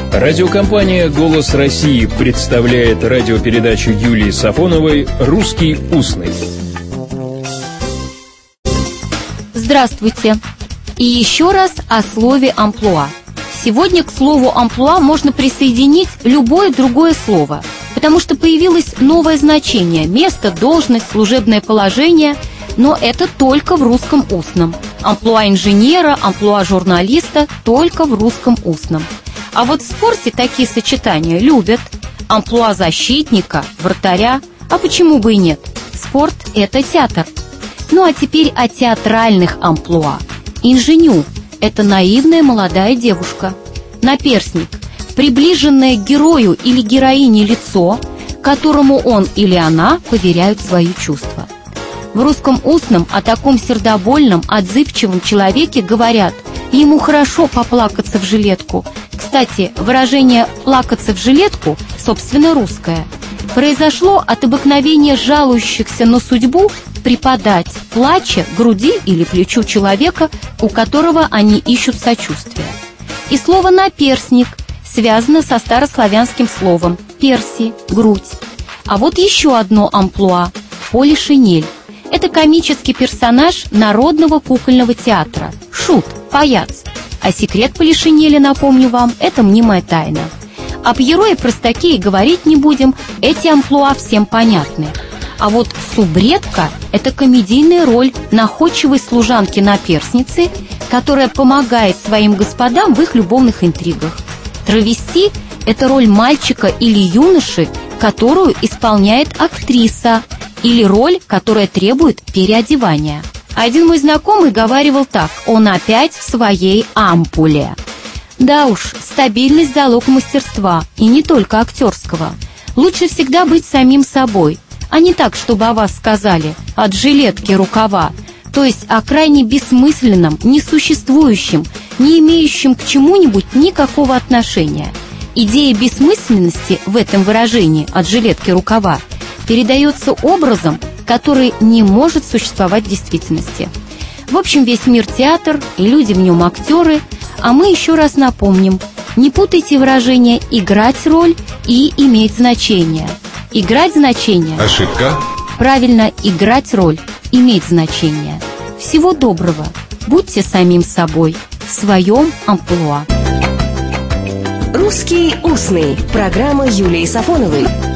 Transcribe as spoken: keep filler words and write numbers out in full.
Радиокомпания «Голос России» представляет радиопередачу Юлии Сафоновой «Русский устный». Здравствуйте. И еще раз о слове «амплуа». Сегодня к слову «амплуа» можно присоединить любое другое слово, потому что появилось новое значение – место, должность, служебное положение, но это только в русском устном. Амплуа инженера, амплуа журналиста – только в русском устном. А вот в спорте такие сочетания любят. Амплуа защитника, вратаря, а почему бы и нет? Спорт – это театр. Ну а теперь о театральных амплуа. Инженю – это наивная молодая девушка. Наперсник – приближенное к герою или героине лицо, которому он или она поверяют свои чувства. В русском устном о таком сердобольном, отзывчивом человеке говорят: ему хорошо поплакаться в жилетку. Кстати, выражение «плакаться в жилетку» собственно русское. Произошло от обыкновения жалующихся на судьбу припадать, плача, груди или плечу человека, у которого они ищут сочувствия. И слово «наперсник» связано со старославянским словом «перси» – грудь. А вот еще одно амплуа – полишинель. Это комический персонаж народного кукольного театра, шут, паяц. А секрет полишинели, напомню вам, это мнимая тайна. Об герое простаке и говорить не будем, эти амплуа всем понятны. А вот субредка – это комедийная роль находчивой служанки-наперсницы, которая помогает своим господам в их любовных интригах. Травести – это роль мальчика или юноши, которую исполняет актриса, или роль, которая требует переодевания. Один мой знакомый говаривал так: он опять в своей ампуле. Да уж, стабильность – залог мастерства, и не только актерского. Лучше всегда быть самим собой, а не так, чтобы о вас сказали от жилетки рукава, то есть о крайне бессмысленном, несуществующем, не имеющем к чему-нибудь никакого отношения. Идея бессмысленности в этом выражении от жилетки рукава передается образом, который не может существовать в действительности. В общем, весь мир театр, и люди в нем актеры, а мы еще раз напомним: не путайте выражение «играть роль» и «иметь значение». Играть значение. Ошибка. Правильно, играть роль, иметь значение. Всего доброго. Будьте самим собой в своем амплуа. «Русский устный». Программа Юлии Сафоновой.